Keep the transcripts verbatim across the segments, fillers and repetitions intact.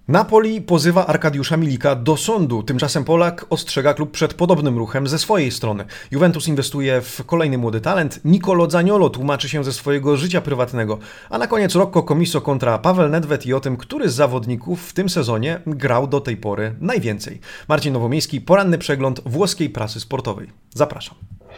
Napoli pozywa Arkadiusza Milika do sądu. Tymczasem Polak ostrzega klub przed podobnym ruchem ze swojej strony. Juventus inwestuje w kolejny młody talent. Nicolo Zaniolo tłumaczy się ze swojego życia prywatnego. A na koniec Rocco Commisso kontra Paweł Nedved i o tym, który z zawodników w tym sezonie grał do tej pory najwięcej. Marcin Nowomiejski, poranny przegląd włoskiej prasy sportowej. Zapraszam.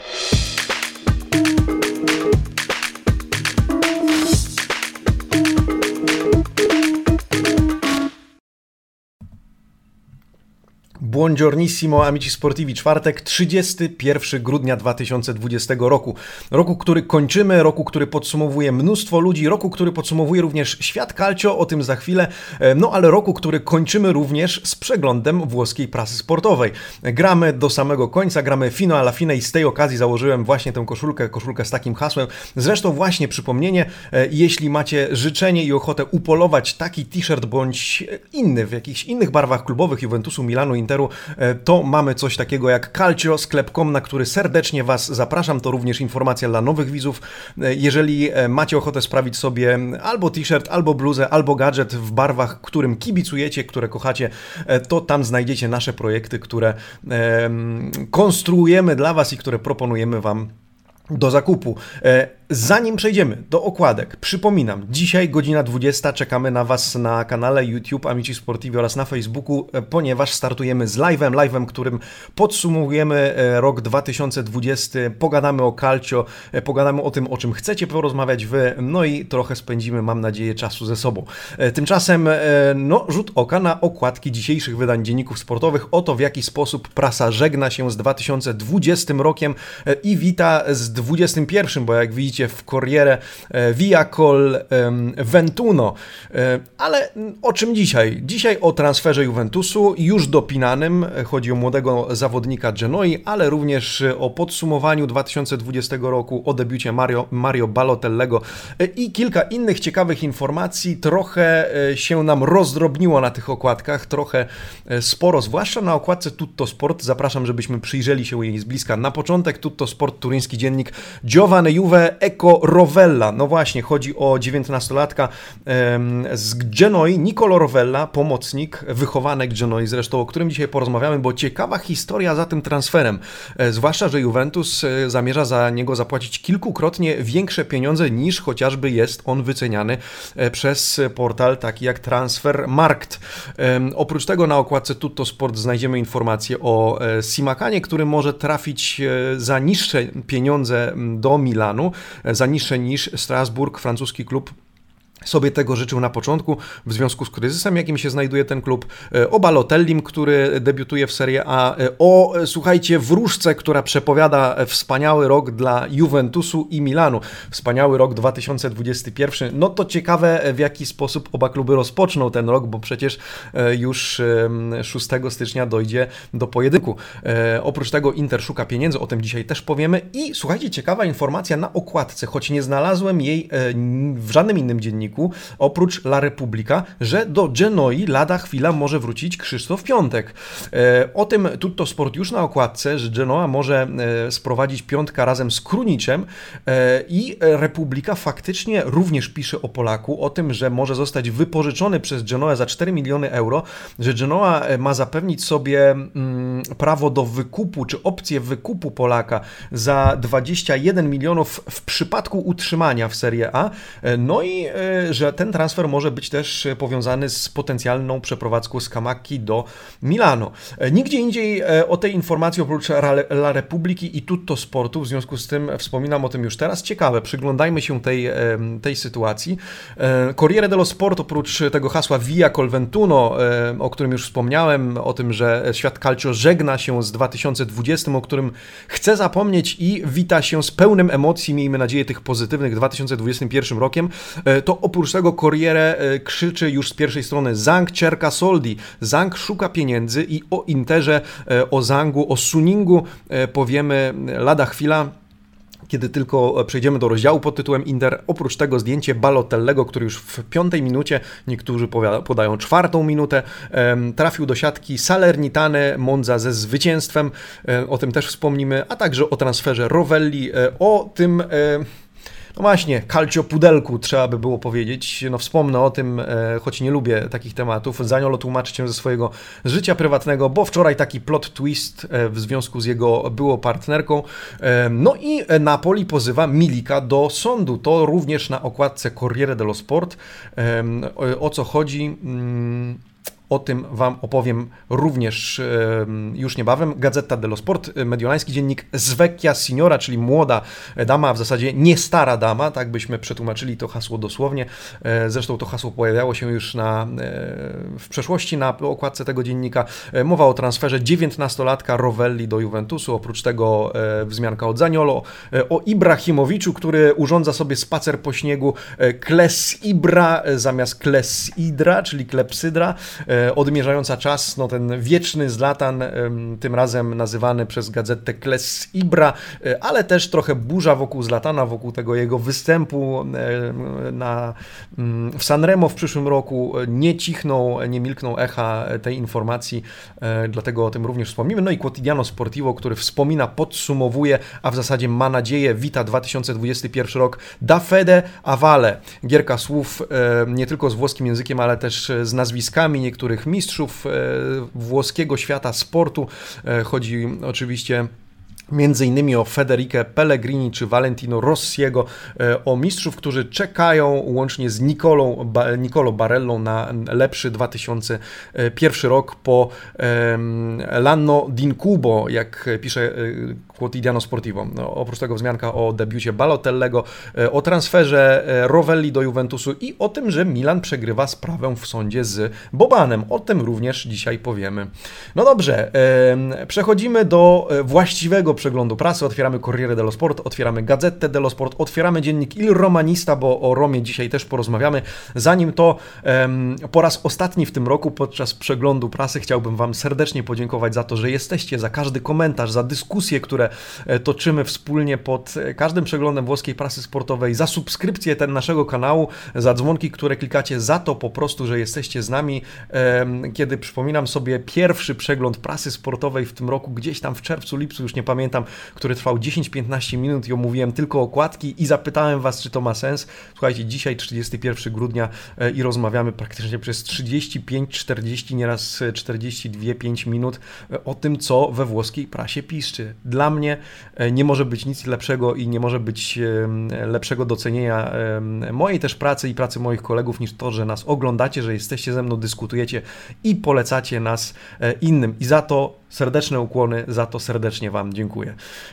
Buongiornissimo amici sportivi, czwartek, trzydziestego pierwszego grudnia dwa tysiące dwudziestego roku. Roku, który kończymy, roku, który podsumowuje mnóstwo ludzi, roku, który podsumowuje również świat calcio, o tym za chwilę, no ale roku, który kończymy również z przeglądem włoskiej prasy sportowej. Gramy do samego końca, gramy fino alla fine i z tej okazji założyłem właśnie tę koszulkę, koszulkę z takim hasłem. Zresztą właśnie przypomnienie, jeśli macie życzenie i ochotę upolować taki t-shirt bądź inny w jakichś innych barwach klubowych Juventusu, Milanu, Interu, to mamy coś takiego jak calcio sklep kropka com, na który serdecznie Was zapraszam. To również informacja dla nowych widzów. Jeżeli macie ochotę sprawić sobie albo t-shirt, albo bluzę, albo gadżet w barwach, którym kibicujecie, które kochacie, to tam znajdziecie nasze projekty, które konstruujemy dla Was i które proponujemy Wam do zakupu. Zanim przejdziemy do okładek, przypominam, dzisiaj godzina dwudziesta, czekamy na Was na kanale YouTube Amici Sportivi oraz na Facebooku, ponieważ startujemy z live'em, live'em, którym podsumowujemy rok dwa tysiące dwudziesty, pogadamy o calcio, pogadamy o tym, o czym chcecie porozmawiać Wy, no i trochę spędzimy, mam nadzieję, czasu ze sobą. Tymczasem, no, rzut oka na okładki dzisiejszych wydań dzienników sportowych, o to, w jaki sposób prasa żegna się z dwa tysiące dwudziestym rokiem i wita z dwudziestym pierwszym, bo jak widzicie, w Corriere Via col ventuno. Ale o czym dzisiaj? Dzisiaj o transferze Juventusu, już dopinanym. Chodzi o młodego zawodnika Genoi, ale również o podsumowaniu dwa tysiące dwudziestego roku, o debiucie Mario, Mario Balotellego i kilka innych ciekawych informacji. Trochę się nam rozdrobniło na tych okładkach, trochę sporo, zwłaszcza na okładce Tutto Sport. Zapraszam, żebyśmy przyjrzeli się jej z bliska. Na początek Tutto Sport, turyński dziennik, Giovane Juve Ecco Rovella. No właśnie, chodzi o dziewiętnastolatka z Genoi, Nicolo Rovella, pomocnik, wychowanek Genoi zresztą, o którym dzisiaj porozmawiamy, bo ciekawa historia za tym transferem. Zwłaszcza, że Juventus zamierza za niego zapłacić kilkukrotnie większe pieniądze niż chociażby jest on wyceniany przez portal taki jak Transfermarkt. Oprócz tego na okładce Tutto Sport znajdziemy informacje o Simakanie, który może trafić za niższe pieniądze do Milanu, za niższe niż Strasburg, francuski klub sobie tego życzył na początku w związku z kryzysem, jakim się znajduje ten klub, o Balotellim, który debiutuje w Serie A, o, słuchajcie, wróżce, która przepowiada wspaniały rok dla Juventusu i Milanu. Wspaniały rok dwa tysiące dwudziesty pierwszy. No to ciekawe, w jaki sposób oba kluby rozpoczną ten rok, bo przecież już szóstego stycznia dojdzie do pojedynku. Oprócz tego Inter szuka pieniędzy, o tym dzisiaj też powiemy. I słuchajcie, ciekawa informacja na okładce, choć nie znalazłem jej w żadnym innym dzienniku, oprócz La Repubblica, że do Genoi lada chwila może wrócić Krzysztof Piątek. O tym Tutto Sport już na okładce, że Genoa może sprowadzić Piątka razem z Kruniczem i Repubblica faktycznie również pisze o Polaku, o tym, że może zostać wypożyczony przez Genoę za cztery miliony euro, że Genoa ma zapewnić sobie prawo do wykupu, czy opcję wykupu Polaka za dwadzieścia jeden milionów w przypadku utrzymania w Serie A. No i że ten transfer może być też powiązany z potencjalną przeprowadzką z Scamacchi do Milano. Nigdzie indziej o tej informacji oprócz La Repubblici i Tutto Sportu, w związku z tym wspominam o tym już teraz. Ciekawe, przyglądajmy się tej, tej sytuacji. Corriere dello Sport oprócz tego hasła Via col ventuno, o którym już wspomniałem, o tym, że świat calcio żegna się z dwa tysiące dwudziestym, o którym chce zapomnieć i wita się z pełnym emocji, miejmy nadzieję, tych pozytywnych dwa tysiące dwudziestym pierwszym rokiem, to oprócz tego Corriere krzyczy już z pierwszej strony: Zang cerca soldi. Zang szuka pieniędzy i o Interze, o Zangu, o Suningu powiemy lada chwila, kiedy tylko przejdziemy do rozdziału pod tytułem Inter. Oprócz tego zdjęcie Balotellego, który już w piątej minucie, niektórzy podają czwartą minutę, trafił do siatki Salernitane Monza ze zwycięstwem. O tym też wspomnimy, a także o transferze Rovelli, o tym... No właśnie, Calcio Pudelku trzeba by było powiedzieć. No wspomnę o tym, choć nie lubię takich tematów. Zaniolo tłumaczy się ze swojego życia prywatnego, bo wczoraj taki plot twist w związku z jego byłą partnerką. No i Napoli pozywa Milika do sądu. To również na okładce Corriere dello Sport. O co chodzi? O tym Wam opowiem również już niebawem. Gazzetta dello Sport, mediolański dziennik Svecchia Signora, czyli młoda dama, a w zasadzie nie stara dama, tak byśmy przetłumaczyli to hasło dosłownie. Zresztą to hasło pojawiało się już na, w przeszłości na okładce tego dziennika. Mowa o transferze dziewiętnastolatka Rovelli do Juventusu, oprócz tego wzmianka od Zaniolo, o Ibrahimowiczu, który urządza sobie spacer po śniegu, Klesibra zamiast Klesidra, czyli Klepsydra, odmierzająca czas, no ten wieczny Zlatan, tym razem nazywany przez gazetę Klesibra, ale też trochę burza wokół Zlatana, wokół tego jego występu na, w Sanremo w przyszłym roku. Nie cichną, nie milkną echa tej informacji, dlatego o tym również wspomnimy. No i Quotidiano Sportivo, który wspomina, podsumowuje, a w zasadzie ma nadzieję, wita dwa tysiące dwudziesty pierwszy rok. Da fede a vale. Gierka słów nie tylko z włoskim językiem, ale też z nazwiskami niektórych mistrzów włoskiego świata sportu. Chodzi oczywiście między innymi o Federico Pellegrini czy Valentino Rossiego, o mistrzów, którzy czekają łącznie z Nicolą, Nicolo Barellą na lepszy dwa tysiące pierwszy rok po l'anno d'incubo, jak pisze Quotidiano Sportivo. No, oprócz tego wzmianka o debiucie Balotellego, o transferze Rovelli do Juventusu i o tym, że Milan przegrywa sprawę w sądzie z Bobanem. O tym również dzisiaj powiemy. No dobrze, przechodzimy do właściwego przeglądu prasy. Otwieramy Corriere dello Sport, otwieramy Gazzetta dello Sport, otwieramy dziennik Il Romanista, bo o Romie dzisiaj też porozmawiamy. Zanim to, po raz ostatni w tym roku podczas przeglądu prasy chciałbym Wam serdecznie podziękować za to, że jesteście, za każdy komentarz, za dyskusje, które toczymy wspólnie pod każdym przeglądem włoskiej prasy sportowej, za subskrypcję ten naszego kanału, za dzwonki, które klikacie, za to po prostu, że jesteście z nami. Kiedy przypominam sobie pierwszy przegląd prasy sportowej w tym roku, gdzieś tam w czerwcu, lipcu, już nie pamiętam, który trwał dziesięć piętnaście minut i omówiłem tylko okładki i zapytałem Was, czy to ma sens. Słuchajcie, dzisiaj trzydziestego pierwszego grudnia i rozmawiamy praktycznie przez trzydzieści pięć czterdzieści, nieraz czterdzieści dwa pięć minut o tym, co we włoskiej prasie piszczy. Dla mnie nie może być nic lepszego i nie może być lepszego docenienia mojej też pracy i pracy moich kolegów niż to, że nas oglądacie, że jesteście ze mną, dyskutujecie i polecacie nas innym. I za to serdeczne ukłony, za to serdecznie Wam dziękuję.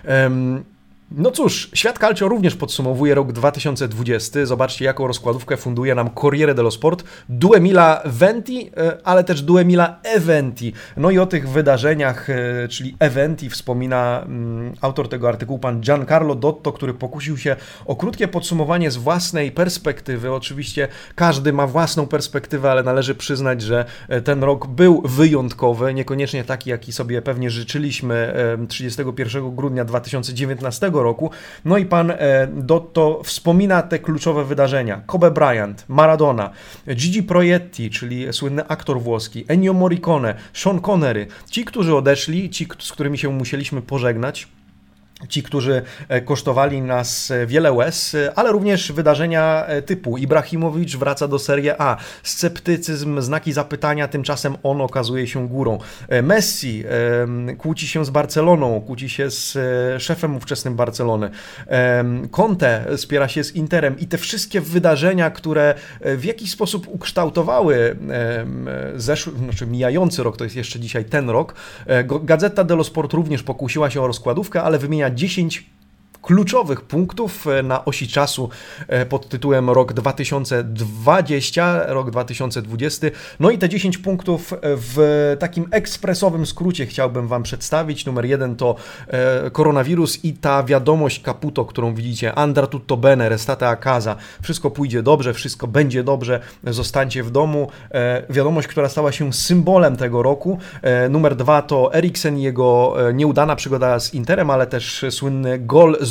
No cóż, Świat Calcio również podsumowuje rok dwa tysiące dwudziesty. Zobaczcie, jaką rozkładówkę funduje nam Corriere dello Sport. duemila venti, ale też duemila eventi. No i o tych wydarzeniach, czyli eventi, wspomina autor tego artykułu, pan Giancarlo Dotto, który pokusił się o krótkie podsumowanie z własnej perspektywy. Oczywiście każdy ma własną perspektywę, ale należy przyznać, że ten rok był wyjątkowy, niekoniecznie taki, jaki sobie pewnie życzyliśmy trzydziestego pierwszego grudnia dwa tysiące dziewiętnastego roku. No i pan Dotto wspomina te kluczowe wydarzenia. Kobe Bryant, Maradona, Gigi Proietti, czyli słynny aktor włoski, Ennio Morricone, Sean Connery. Ci, którzy odeszli, ci, z którymi się musieliśmy pożegnać, ci, którzy kosztowali nas wiele łez, ale również wydarzenia typu Ibrahimowicz wraca do Serie A, sceptycyzm, znaki zapytania, tymczasem on okazuje się górą. Messi kłóci się z Barceloną, kłóci się z szefem ówczesnym Barcelony. Conte spiera się z Interem i te wszystkie wydarzenia, które w jakiś sposób ukształtowały zeszły, znaczy mijający rok, to jest jeszcze dzisiaj ten rok. Gazzetta dello Sport również pokusiła się o rozkładówkę, ale wymienia dziesięć kluczowych punktów na osi czasu pod tytułem rok dwa tysiące dwudziesty, rok dwa tysiące dwudziesty. No i te dziesięć punktów w takim ekspresowym skrócie chciałbym Wam przedstawić. Numer jeden to koronawirus i ta wiadomość Caputo, którą widzicie. Andrà tutto bene, restate a casa. Wszystko pójdzie dobrze, wszystko będzie dobrze, zostańcie w domu. Wiadomość, która stała się symbolem tego roku. Numer dwa to Eriksen i jego nieudana przygoda z Interem, ale też słynny gol z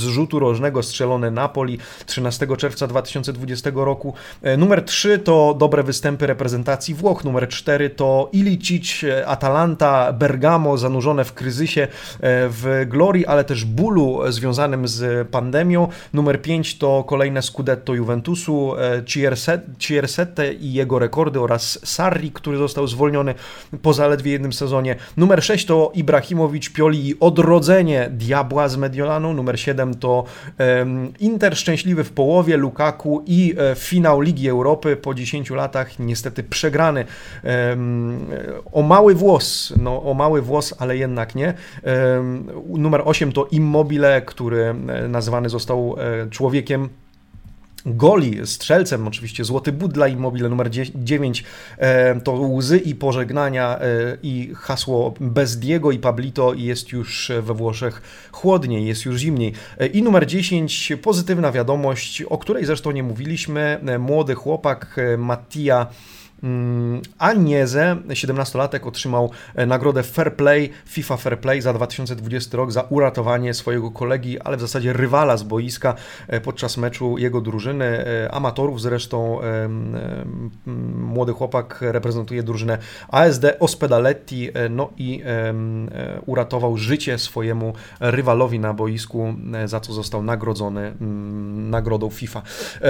rzutu rożnego strzelone Napoli trzynastego czerwca dwa tysiące dwudziestego roku. Numer trzy to dobre występy reprezentacji Włoch. Numer cztery to Ilicic, Atalanta, Bergamo zanurzone w kryzysie, w glorii, ale też bólu związanym z pandemią. Numer pięć to kolejne Scudetto Juventusu, Ciersette i jego rekordy oraz Sarri, który został zwolniony po zaledwie jednym sezonie. Numer sześć to Ibrahimowicz, Pioli i odrodzenie diabła z Mediolanu. Numer siedem to um, Inter szczęśliwy w połowie, Lukaku i e, finał Ligi Europy po dziesięciu latach, niestety przegrany um, o mały włos, no o mały włos, ale jednak nie. Um, numer osiem to Immobile, który nazwany został e, człowiekiem goli, strzelcem, oczywiście złoty but dla Immobile. Numer dziewięć to łzy i pożegnania i hasło bez Diego i Pablito i jest już we Włoszech chłodniej, jest już zimniej. I numer dziesięć, pozytywna wiadomość, o której zresztą nie mówiliśmy, młody chłopak Mattia Agnese, siedemnastolatek, otrzymał nagrodę Fair Play, FIFA Fair Play za dwa tysiące dwudziesty rok za uratowanie swojego kolegi, ale w zasadzie rywala z boiska podczas meczu jego drużyny, amatorów zresztą. Młody chłopak reprezentuje drużynę A S D Ospedaletti, no i uratował życie swojemu rywalowi na boisku, za co został nagrodzony nagrodą FIFA.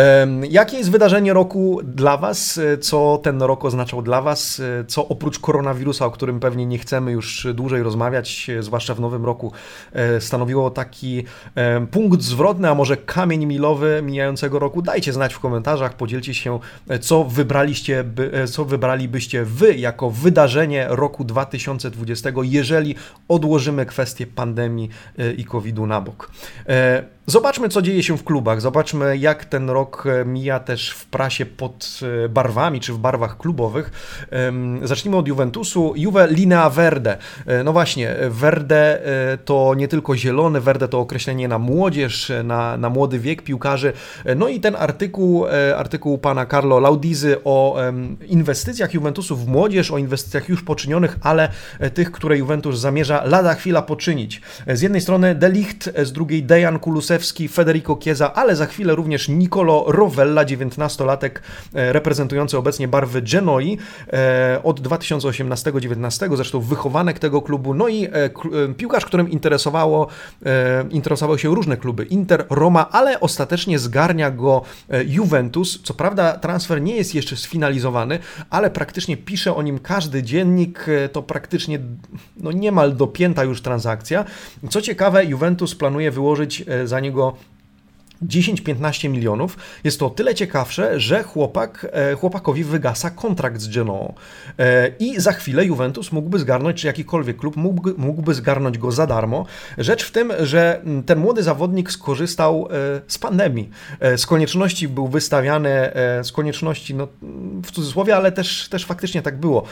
Jakie jest wydarzenie roku dla Was? Co ten rok oznaczał dla Was, co oprócz koronawirusa, o którym pewnie nie chcemy już dłużej rozmawiać, zwłaszcza w nowym roku, stanowiło taki punkt zwrotny, a może kamień milowy mijającego roku? Dajcie znać w komentarzach, podzielcie się, co wybraliście, co wybralibyście Wy jako wydarzenie roku dwa tysiące dwudziestego, jeżeli odłożymy kwestię pandemii i kowida na bok. Zobaczmy, co dzieje się w klubach, zobaczmy, jak ten rok mija też w prasie pod barwami, czy w barwach klubowych. Zacznijmy od Juventusu. Juve Linea Verde. No właśnie, Verde to nie tylko zielony, Verde to określenie na młodzież, na, na młody wiek piłkarzy. No i ten artykuł, artykuł pana Carlo Laudizy o inwestycjach Juventusu w młodzież, o inwestycjach już poczynionych, ale tych, które Juventus zamierza lada chwila poczynić. Z jednej strony De Ligt, z drugiej Dejan Kulusewski, Federico Chiesa, ale za chwilę również Nicolo Rovella, dziewiętnastolatek reprezentujący obecnie barwy Genoi od dwa tysiące osiemnastego do dziewiętnastego, zresztą wychowanek tego klubu, no i piłkarz, którym interesowało, interesowały się różne kluby, Inter, Roma, ale ostatecznie zgarnia go Juventus. Co prawda transfer nie jest jeszcze sfinalizowany, ale praktycznie pisze o nim każdy dziennik, to praktycznie no niemal dopięta już transakcja. Co ciekawe, Juventus planuje wyłożyć za niego dziesięć do piętnastu milionów. Jest to o tyle ciekawsze, że chłopak, chłopakowi wygasa kontrakt z Genoą i za chwilę Juventus mógłby zgarnąć, czy jakikolwiek klub mógłby, mógłby zgarnąć go za darmo. Rzecz w tym, że ten młody zawodnik skorzystał z pandemii. Z konieczności był wystawiany, z konieczności, no w cudzysłowie, ale też, też faktycznie tak było.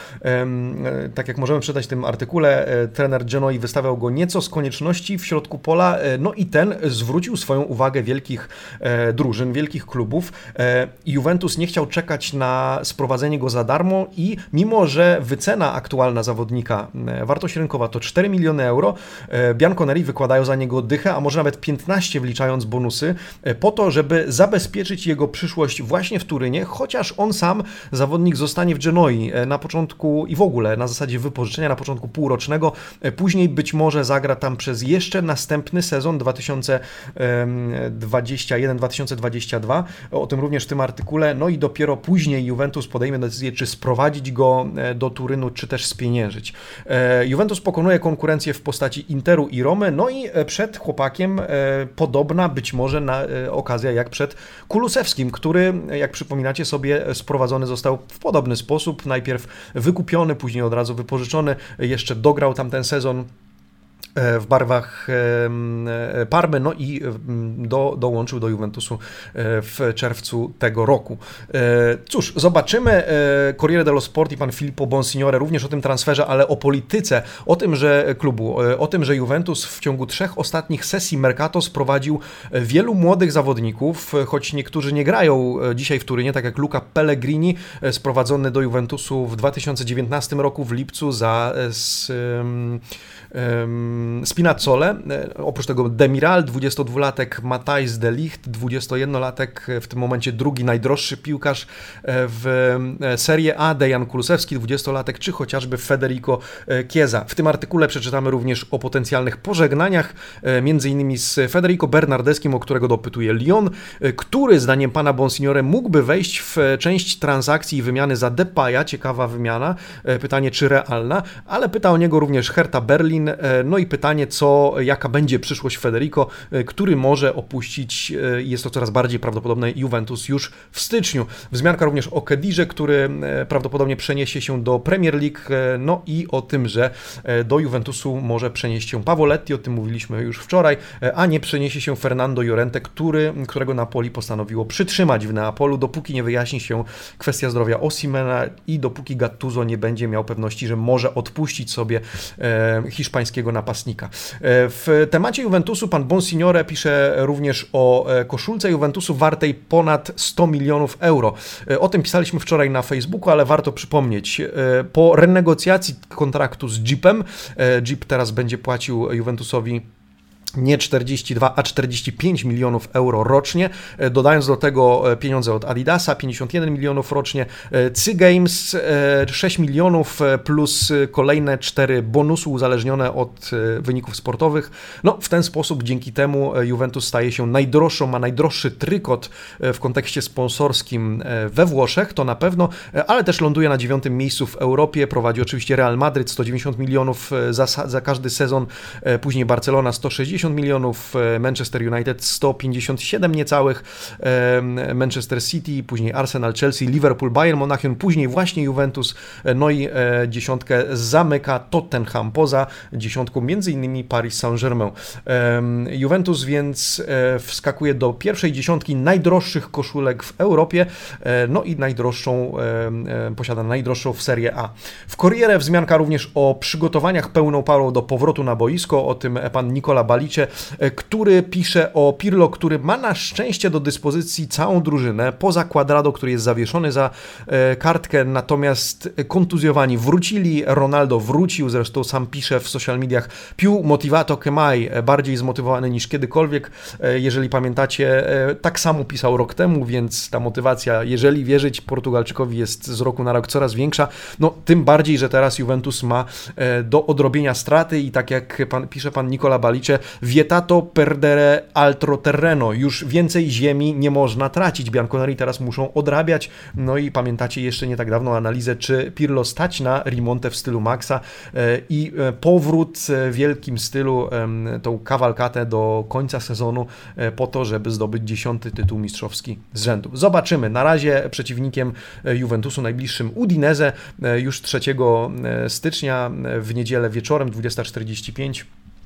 Tak jak możemy przeczytać w tym artykule, trener Genoi wystawiał go nieco z konieczności w środku pola, no i ten zwrócił swoją uwagę wielkich E, drużyn, wielkich klubów. E, Juventus nie chciał czekać na sprowadzenie go za darmo i mimo, że wycena aktualna zawodnika, e, wartość rynkowa to cztery miliony euro, e, Bianconeri wykładają za niego dychę, a może nawet piętnaście wliczając bonusy, e, po to, żeby zabezpieczyć jego przyszłość właśnie w Turynie, chociaż on sam, zawodnik, zostanie w Genoi e, na początku i w ogóle na zasadzie wypożyczenia na początku półrocznego, e, później być może zagra tam przez jeszcze następny sezon dwa tysiące dwudziesty jeden dwa tysiące dwudziesty drugi, o tym również w tym artykule, no i dopiero później Juventus podejmie decyzję, czy sprowadzić go do Turynu, czy też spieniężyć. Juventus pokonuje konkurencję w postaci Interu i Romy, no i przed chłopakiem podobna być może na okazja jak przed Kulusewskim, który, jak przypominacie sobie, sprowadzony został w podobny sposób, najpierw wykupiony, później od razu wypożyczony, jeszcze dograł tamten sezon w barwach Parmy, no i do, dołączył do Juventusu w czerwcu tego roku. Cóż, zobaczymy. Corriere dello Sport i pan Filippo Bonsignore również o tym transferze, ale o polityce, o tym, że klubu, o tym, że Juventus w ciągu trzech ostatnich sesji Mercato sprowadził wielu młodych zawodników, choć niektórzy nie grają dzisiaj w Turynie, tak jak Luca Pellegrini, sprowadzony do Juventusu w dwa tysiące dziewiętnastym roku w lipcu za z, um, um, Spinazzole, oprócz tego Demiral, dwudziestodwulatek Matthijs de Ligt, dwudziestojednolatek, w tym momencie drugi najdroższy piłkarz w Serie A, Dejan Kulusewski, dwudziestolatek, czy chociażby Federico Chiesa. W tym artykule przeczytamy również o potencjalnych pożegnaniach, między innymi z Federico Bernardeskim, o którego dopytuje Lyon, który zdaniem pana Bonsignore mógłby wejść w część transakcji i wymiany za Depaya. Ciekawa wymiana, pytanie czy realna, ale pyta o niego również Hertha Berlin, no i pytanie co, jaka będzie przyszłość Federico, który może opuścić, jest to coraz bardziej prawdopodobne, Juventus już w styczniu. Wzmianka również o Kedirze, który prawdopodobnie przeniesie się do Premier League, no i o tym, że do Juventusu może przenieść się Pavoletti, o tym mówiliśmy już wczoraj, a nie przeniesie się Fernando Llorente, który, którego Napoli postanowiło przytrzymać w Neapolu, dopóki nie wyjaśni się kwestia zdrowia Osimena i dopóki Gattuso nie będzie miał pewności, że może odpuścić sobie e, hiszpańskiego napastnika. E, w temacie Juventusu pan Bonsignore pisze również o e, koszulce Juventusu wartej ponad sto milionów euro. E, o tym pisaliśmy wczoraj na Facebooku, ale warto przypomnieć. E, po renegocjacji kontraktu z Jeepem, e, Jeep teraz będzie płacił Juventusowi nie czterdzieści dwa, a czterdzieści pięć milionów euro rocznie, dodając do tego pieniądze od Adidasa, pięćdziesiąt jeden milionów rocznie, C Games sześć milionów plus kolejne cztery bonusy uzależnione od wyników sportowych. No, w ten sposób dzięki temu Juventus staje się najdroższą, ma najdroższy trykot w kontekście sponsorskim we Włoszech, to na pewno, ale też ląduje na dziewiątym miejscu w Europie, prowadzi oczywiście Real Madryt, sto dziewięćdziesiąt milionów za, za każdy sezon, później Barcelona sto sześćdziesiąt milionów, Manchester United sto pięćdziesiąt siedem niecałych, Manchester City, później Arsenal, Chelsea, Liverpool, Bayern Monachium, później właśnie Juventus, no i dziesiątkę zamyka Tottenham, poza dziesiątką między innymi Paris Saint-Germain. Juventus więc wskakuje do pierwszej dziesiątki najdroższych koszulek w Europie, no i najdroższą, posiada najdroższą w Serie A. W Corriere wzmianka również o przygotowaniach pełną parą do powrotu na boisko, o tym pan Nicola Balicie, który pisze o Pirlo, który ma na szczęście do dyspozycji całą drużynę, poza Cuadrado, który jest zawieszony za kartkę, natomiast kontuzjowani wrócili, Ronaldo wrócił, zresztą sam pisze w social mediach, più motivato che mai, bardziej zmotywowany niż kiedykolwiek, jeżeli pamiętacie, tak samo pisał rok temu, więc ta motywacja, jeżeli wierzyć Portugalczykowi, jest z roku na rok coraz większa, no tym bardziej, że teraz Juventus ma do odrobienia straty i tak jak pan, pisze pan Nicola Balice, vietato perdere altro terreno, już więcej ziemi nie można tracić, Bianconeri teraz muszą odrabiać, no i pamiętacie jeszcze nie tak dawno analizę, czy Pirlo stać na Rimontę w stylu Maxa i powrót w wielkim stylu, tą kawalkatę do końca sezonu po to, żeby zdobyć dziesiąty tytuł mistrzowski z rzędu. Zobaczymy, na razie przeciwnikiem Juventusu najbliższym Udinese już trzeciego stycznia w niedzielę wieczorem dwudziesta czterdzieści pięć.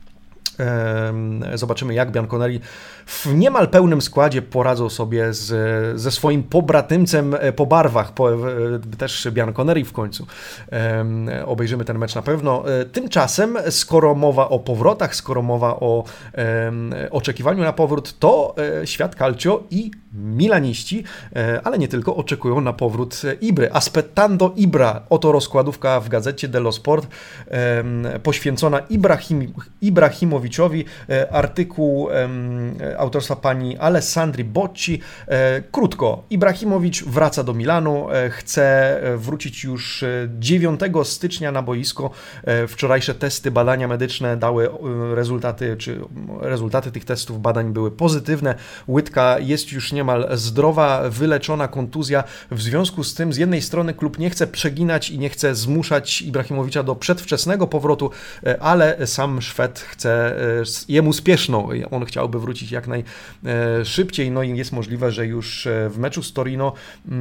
Zobaczymy, jak Bianconeri w niemal pełnym składzie poradzą sobie z, ze swoim pobratymcem po barwach, po, też Bianconeri w końcu. Obejrzymy ten mecz na pewno. Tymczasem, skoro mowa o powrotach, skoro mowa o oczekiwaniu na powrót, to świat calcio i milaniści, ale nie tylko, oczekują na powrót Ibry. Aspettando Ibra, oto rozkładówka w gazecie dello Sport, poświęcona Ibrahim, Ibrahimowiczowi, artykuł autorstwa pani Alessandri Bocci. Krótko, Ibrahimowicz wraca do Milanu, chce wrócić już dziewiątego stycznia na boisko. Wczorajsze testy, badania medyczne dały rezultaty, czy rezultaty tych testów, badań były pozytywne. Łydka jest już niemal zdrowa, wyleczona kontuzja. W związku z tym z jednej strony klub nie chce przeginać i nie chce zmuszać Ibrahimowicza do przedwczesnego powrotu, ale sam Szwed chce jemu spieszną. On chciałby wrócić jak najszybciej, no i jest możliwe, że już w meczu z Torino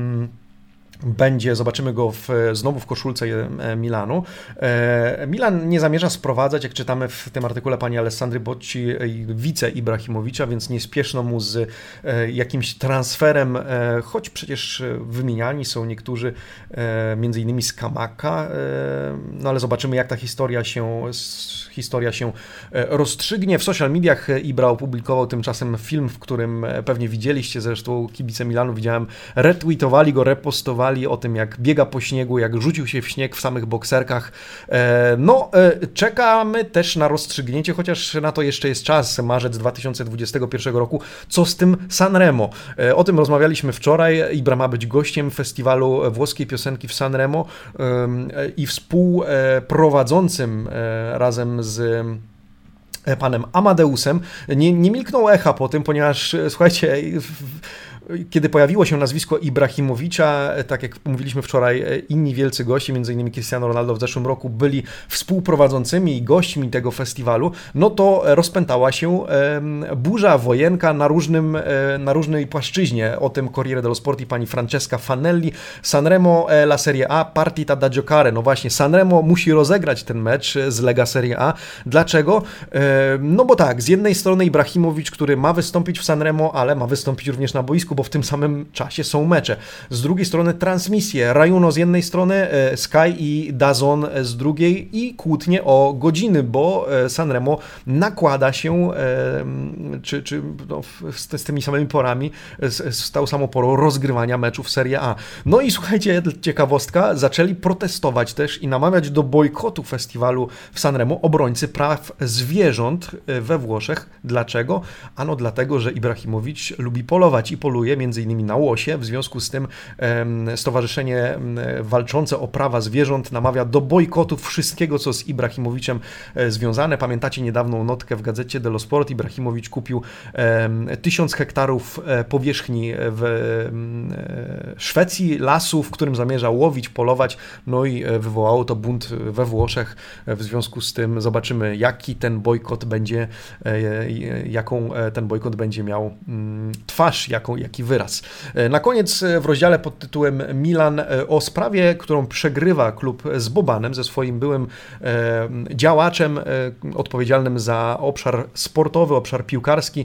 będzie, zobaczymy go w, znowu w koszulce Milanu. Milan nie zamierza sprowadzać, jak czytamy w tym artykule pani Alessandry Bocci, wice Ibrahimowicza, więc nie spieszno mu z jakimś transferem, choć przecież wymieniani są niektórzy, między innymi z Kamaka, no ale zobaczymy, jak ta historia się historia się rozstrzygnie. W social mediach Ibra opublikował tymczasem film, w którym pewnie widzieliście, zresztą kibice Milanu, widziałem, retweetowali go, repostowali relacjonowali o tym, jak biega po śniegu, jak rzucił się w śnieg w samych bokserkach. No, czekamy też na rozstrzygnięcie, chociaż na to jeszcze jest czas, marzec dwa tysiące dwudziestego pierwszego roku, co z tym Sanremo. O tym rozmawialiśmy wczoraj. Ibra ma być gościem festiwalu włoskiej piosenki w Sanremo i współprowadzącym razem z panem Amadeusem. Nie, nie milknął echa po tym, ponieważ, słuchajcie, kiedy pojawiło się nazwisko Ibrahimowicza, tak jak mówiliśmy wczoraj, inni wielcy goście, między innymi Cristiano Ronaldo w zeszłym roku, byli współprowadzącymi i gośćmi tego festiwalu, no to rozpętała się burza wojenka na, różnym, na różnej płaszczyźnie. O tym Corriere dello Sport i pani Francesca Fanelli. Sanremo La Serie A, partita da giocare. No właśnie, Sanremo musi rozegrać ten mecz z Lega Serie A. Dlaczego? No bo tak, z jednej strony Ibrahimowicz, który ma wystąpić w Sanremo, ale ma wystąpić również na boisku, bo w tym samym czasie są mecze. Z drugiej strony transmisje. Rajuno z jednej strony, Sky i DAZN z drugiej i kłótnie o godziny, bo Sanremo nakłada się czy, czy no, z, z tymi samymi porami, z, z tą samą porą rozgrywania meczów Serie A. No i słuchajcie, ciekawostka, zaczęli protestować też i namawiać do bojkotu festiwalu w Sanremo obrońcy praw zwierząt we Włoszech. Dlaczego? Ano dlatego, że Ibrahimowicz lubi polować i poluje między innymi na łosie. W związku z tym stowarzyszenie walczące o prawa zwierząt namawia do bojkotu wszystkiego, co z Ibrahimowiczem związane. Pamiętacie niedawną notkę w gazecie dello Sport? Ibrahimowicz kupił tysiąc hektarów powierzchni w Szwecji, lasu, w którym zamierza łowić, polować, no i wywołało to bunt we Włoszech. W związku z tym zobaczymy, jaki ten bojkot będzie, jaką ten bojkot będzie miał twarz, jaką, jaki wyraz. Na koniec w rozdziale pod tytułem Milan o sprawie, którą przegrywa klub z Bobanem, ze swoim byłym działaczem odpowiedzialnym za obszar sportowy, obszar piłkarski.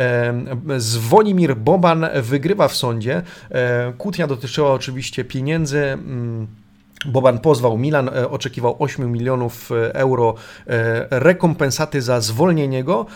Zwonimir Boban wygrywa w sądzie. Kłótnia dotyczyła oczywiście pieniędzy. Boban pozwał Milan, oczekiwał osiem milionów euro rekompensaty za zwolnienie go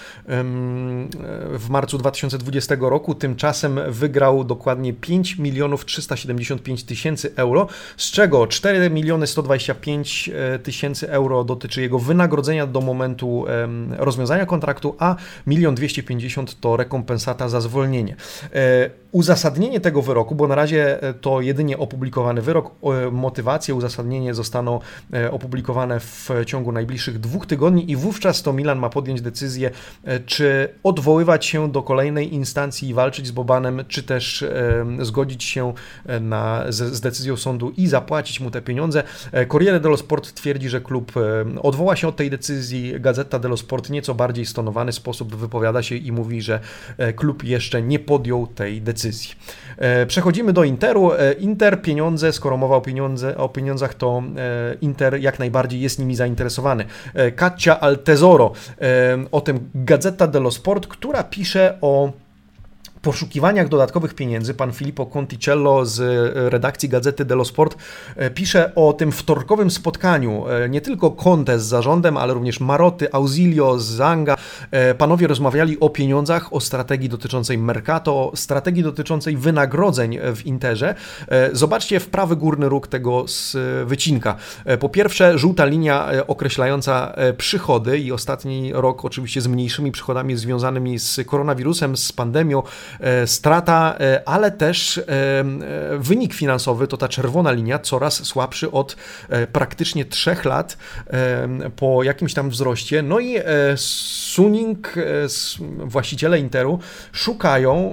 w marcu dwa tysiące dwudziestego roku. Tymczasem wygrał dokładnie pięć milionów trzysta siedemdziesiąt pięć tysięcy euro, z czego cztery miliony sto dwadzieścia pięć tysięcy euro dotyczy jego wynagrodzenia do momentu rozwiązania kontraktu, a milion dwieście pięćdziesiąt to rekompensata za zwolnienie. Uzasadnienie tego wyroku, bo na razie to jedynie opublikowany wyrok, motywacje, uzasadnienie zostaną opublikowane w ciągu najbliższych dwóch tygodni i wówczas to Milan ma podjąć decyzję, czy odwoływać się do kolejnej instancji i walczyć z Bobanem, czy też zgodzić się na, z, z decyzją sądu i zapłacić mu te pieniądze. Corriere dello Sport twierdzi, że klub odwoła się od tej decyzji. Gazeta dello Sport nieco bardziej stonowany sposób wypowiada się i mówi, że klub jeszcze nie podjął tej decyzji. Przechodzimy do Interu. Inter pieniądze, skoro mowa o, pieniądze, o pieniądzach, to Inter jak najbardziej jest nimi zainteresowany. Caccia al Tesoro, o tym Gazeta dello Sport, która pisze o poszukiwaniach dodatkowych pieniędzy. Pan Filippo Conticello z redakcji Gazety dello Sport pisze o tym wtorkowym spotkaniu. Nie tylko Conte z zarządem, ale również Maroty, Ausilio, Zanga. Panowie rozmawiali o pieniądzach, o strategii dotyczącej mercato, strategii dotyczącej wynagrodzeń w Interze. Zobaczcie w prawy górny róg tego wycinka. Po pierwsze, żółta linia określająca przychody i ostatni rok oczywiście z mniejszymi przychodami związanymi z koronawirusem, z pandemią, strata, ale też wynik finansowy, to ta czerwona linia, coraz słabszy od praktycznie trzech lat po jakimś tam wzroście. No i Suning, właściciele Interu, szukają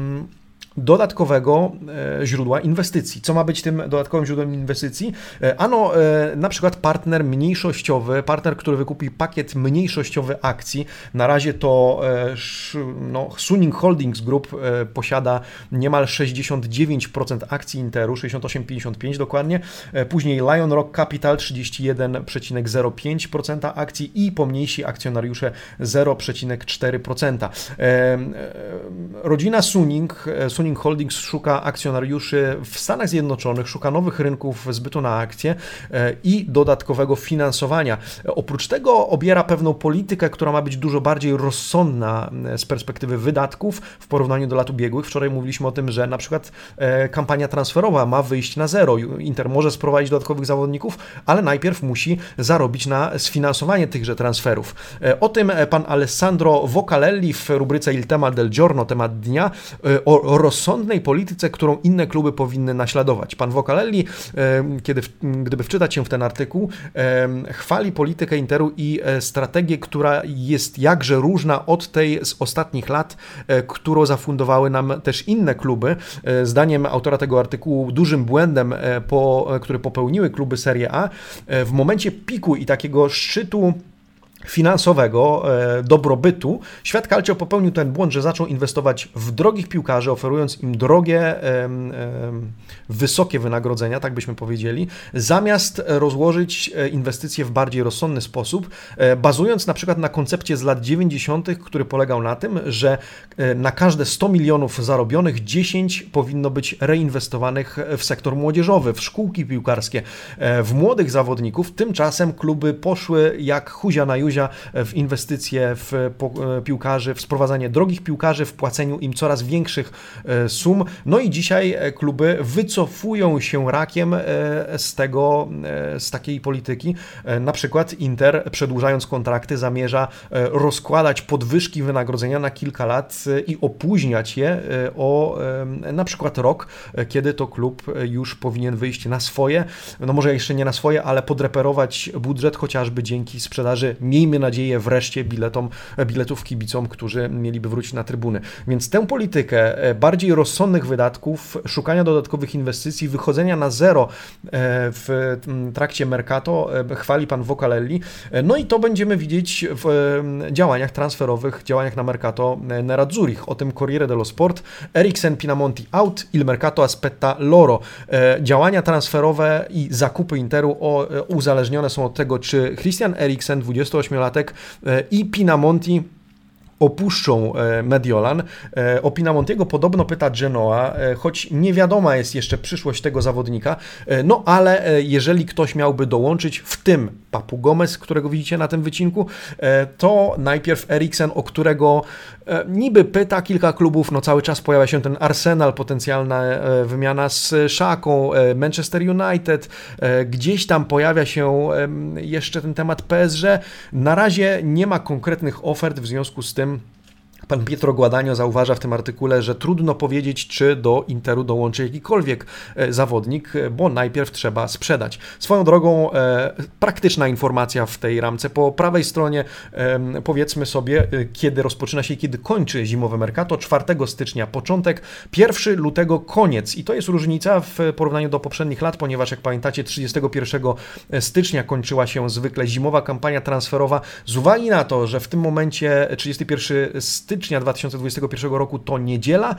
dodatkowego źródła inwestycji. Co ma być tym dodatkowym źródłem inwestycji? Ano na przykład partner mniejszościowy, partner, który wykupi pakiet mniejszościowy akcji. Na razie to no, Suning Holdings Group posiada niemal sześćdziesiąt dziewięć procent akcji Interu, sześćdziesiąt osiem przecinek pięćdziesiąt pięć dokładnie. Później Lion Rock Capital trzydzieści jeden przecinek zero pięć procent akcji i pomniejsi akcjonariusze zero przecinek cztery procent. Rodzina Suning, Suning Sunning Holdings szuka akcjonariuszy w Stanach Zjednoczonych, szuka nowych rynków zbytu na akcje i dodatkowego finansowania. Oprócz tego obiera pewną politykę, która ma być dużo bardziej rozsądna z perspektywy wydatków w porównaniu do lat ubiegłych. Wczoraj mówiliśmy o tym, że na przykład kampania transferowa ma wyjść na zero. Inter może sprowadzić dodatkowych zawodników, ale najpierw musi zarobić na sfinansowanie tychże transferów. O tym pan Alessandro Vocalelli w rubryce Il tema del giorno, temat dnia, o rozsądnej polityce, którą inne kluby powinny naśladować. Pan Vocalelli, kiedy, gdyby wczytać się w ten artykuł, chwali politykę Interu i strategię, która jest jakże różna od tej z ostatnich lat, którą zafundowały nam też inne kluby. Zdaniem autora tego artykułu dużym błędem, po, który popełniły kluby Serie A, w momencie piku i takiego szczytu finansowego, dobrobytu, świat Calcio popełnił ten błąd, że zaczął inwestować w drogich piłkarzy, oferując im drogie, wysokie wynagrodzenia, tak byśmy powiedzieli, zamiast rozłożyć inwestycje w bardziej rozsądny sposób, bazując na przykład na koncepcie z lat dziewięćdziesiątych, który polegał na tym, że na każde sto milionów zarobionych dziesięć powinno być reinwestowanych w sektor młodzieżowy, w szkółki piłkarskie, w młodych zawodników. Tymczasem kluby poszły jak huzia na juzia w inwestycje w piłkarzy, w sprowadzanie drogich piłkarzy, w płaceniu im coraz większych sum. No i dzisiaj kluby wycofują się rakiem z tego, z takiej polityki. Na przykład Inter, przedłużając kontrakty, zamierza rozkładać podwyżki wynagrodzenia na kilka lat i opóźniać je o na przykład rok, kiedy to klub już powinien wyjść na swoje, no może jeszcze nie na swoje, ale podreperować budżet chociażby dzięki sprzedaży, miejmy nadzieję, wreszcie biletom, biletów kibicom, którzy mieliby wrócić na trybuny. Więc tę politykę bardziej rozsądnych wydatków, szukania dodatkowych inwestycji, wychodzenia na zero w trakcie Mercato chwali pan Vocalelli. No i to będziemy widzieć w działaniach transferowych, działaniach na Mercato Nerazzurich. O tym Corriere dello Sport. Eriksen, Pinamonti out, il mercato aspetta loro. Działania transferowe i zakupy Interu uzależnione są od tego, czy Christian Eriksen, dwudziestoośmiolatek, i Pinamonti opuszczą Mediolan. O Pinamontiego podobno pyta Genoa, choć nie wiadoma jest jeszcze przyszłość tego zawodnika, no ale jeżeli ktoś miałby dołączyć, w tym Papu Gomez, którego widzicie na tym wycinku, to najpierw Eriksen, o którego niby pyta kilka klubów, no cały czas pojawia się ten Arsenal, potencjalna wymiana z Szaką, Manchester United, gdzieś tam pojawia się jeszcze ten temat P S G. Na razie nie ma konkretnych ofert, w związku z tym pan Pietro Guadagno zauważa w tym artykule, że trudno powiedzieć, czy do Interu dołączy jakikolwiek zawodnik, bo najpierw trzeba sprzedać. Swoją drogą e, praktyczna informacja w tej ramce. Po prawej stronie e, powiedzmy sobie, kiedy rozpoczyna się i kiedy kończy zimowe Mercato. czwartego stycznia początek, pierwszego lutego koniec. I to jest różnica w porównaniu do poprzednich lat, ponieważ jak pamiętacie, trzydziestego pierwszego stycznia kończyła się zwykle zimowa kampania transferowa. Z uwagi na to, że w tym momencie trzydziestego pierwszego stycznia dwa tysiące dwudziestego pierwszego roku to niedziela,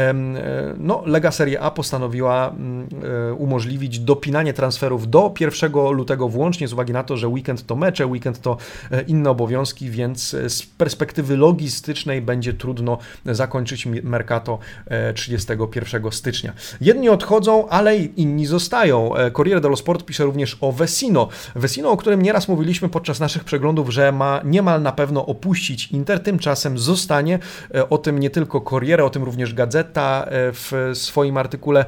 no Lega Serie A postanowiła umożliwić dopinanie transferów do pierwszego lutego włącznie, z uwagi na to, że weekend to mecze, weekend to inne obowiązki, więc z perspektywy logistycznej będzie trudno zakończyć Mercato trzydziestego pierwszego stycznia. Jedni odchodzą, ale inni zostają. Corriere dello Sport pisze również o Vecino. Vecino, o którym nieraz mówiliśmy podczas naszych przeglądów, że ma niemal na pewno opuścić Inter, tymczasem zostanie. O tym nie tylko Corriere, o tym również Gazeta w swoim artykule.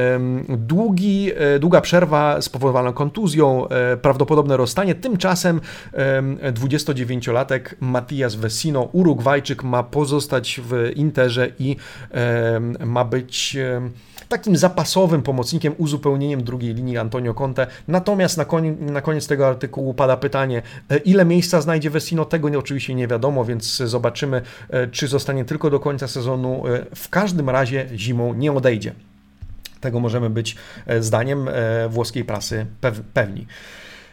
Długi, długa przerwa spowodowana kontuzją, prawdopodobne rozstanie. Tymczasem dwudziestodziewięciolatek Matias Vecino, Urugwajczyk, ma pozostać w Interze i ma być takim zapasowym pomocnikiem, uzupełnieniem drugiej linii Antonio Conte. Natomiast na koniec, na koniec tego artykułu pada pytanie, ile miejsca znajdzie Vecino, tego nie, oczywiście nie wiadomo, więc zobaczymy, czy zostanie tylko do końca sezonu. W każdym razie zimą nie odejdzie. Tego możemy być zdaniem włoskiej prasy pewni.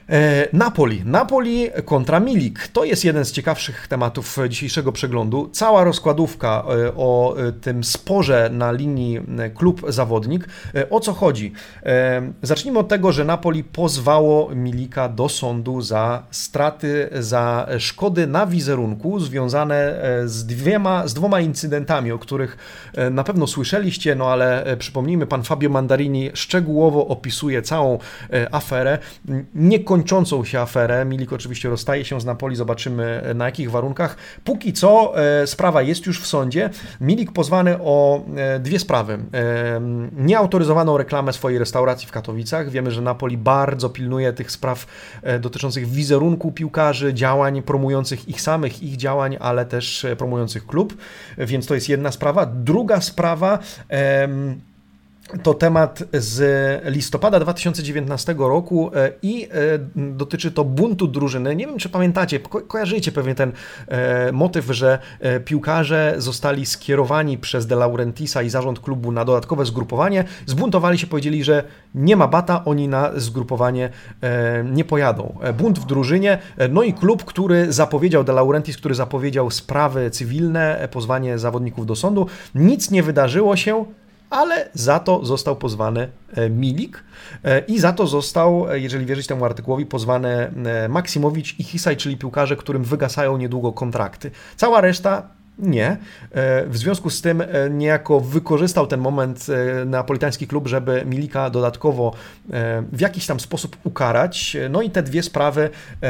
Napoli. Napoli kontra Milik. To jest jeden z ciekawszych tematów dzisiejszego przeglądu. Cała rozkładówka o tym sporze na linii klub-zawodnik. O co chodzi? Zacznijmy od tego, że Napoli pozwało Milika do sądu za straty, za szkody na wizerunku związane z dwiema, z dwoma incydentami, o których na pewno słyszeliście, no ale przypomnijmy, pan Fabio Mandarini szczegółowo opisuje całą aferę. Nie kończącą się aferę. Milik oczywiście rozstaje się z Napoli, zobaczymy na jakich warunkach. Póki co e, sprawa jest już w sądzie. Milik pozwany o e, dwie sprawy. E, nieautoryzowaną reklamę swojej restauracji w Katowicach. Wiemy, że Napoli bardzo pilnuje tych spraw e, dotyczących wizerunku piłkarzy, działań promujących ich samych, ich działań, ale też e, promujących klub, więc to jest jedna sprawa. Druga sprawa e, to temat z listopada dwa tysiące dziewiętnastego roku i dotyczy to buntu drużyny. Nie wiem, czy pamiętacie, ko- kojarzycie pewnie ten motyw, że piłkarze zostali skierowani przez De Laurentisa i zarząd klubu na dodatkowe zgrupowanie. Zbuntowali się, powiedzieli, że nie ma bata, oni na zgrupowanie nie pojadą. Bunt w drużynie, no i klub, który zapowiedział, De Laurentiis, który zapowiedział sprawy cywilne, pozwanie zawodników do sądu. Nic nie wydarzyło się, ale za to został pozwany Milik i za to został, jeżeli wierzyć temu artykułowi, pozwany Maksimowicz i Hisaj, czyli piłkarze, którym wygasają niedługo kontrakty. Cała reszta nie. W związku z tym niejako wykorzystał ten moment neapolitański klub, żeby Milika dodatkowo w jakiś tam sposób ukarać. No i te dwie sprawy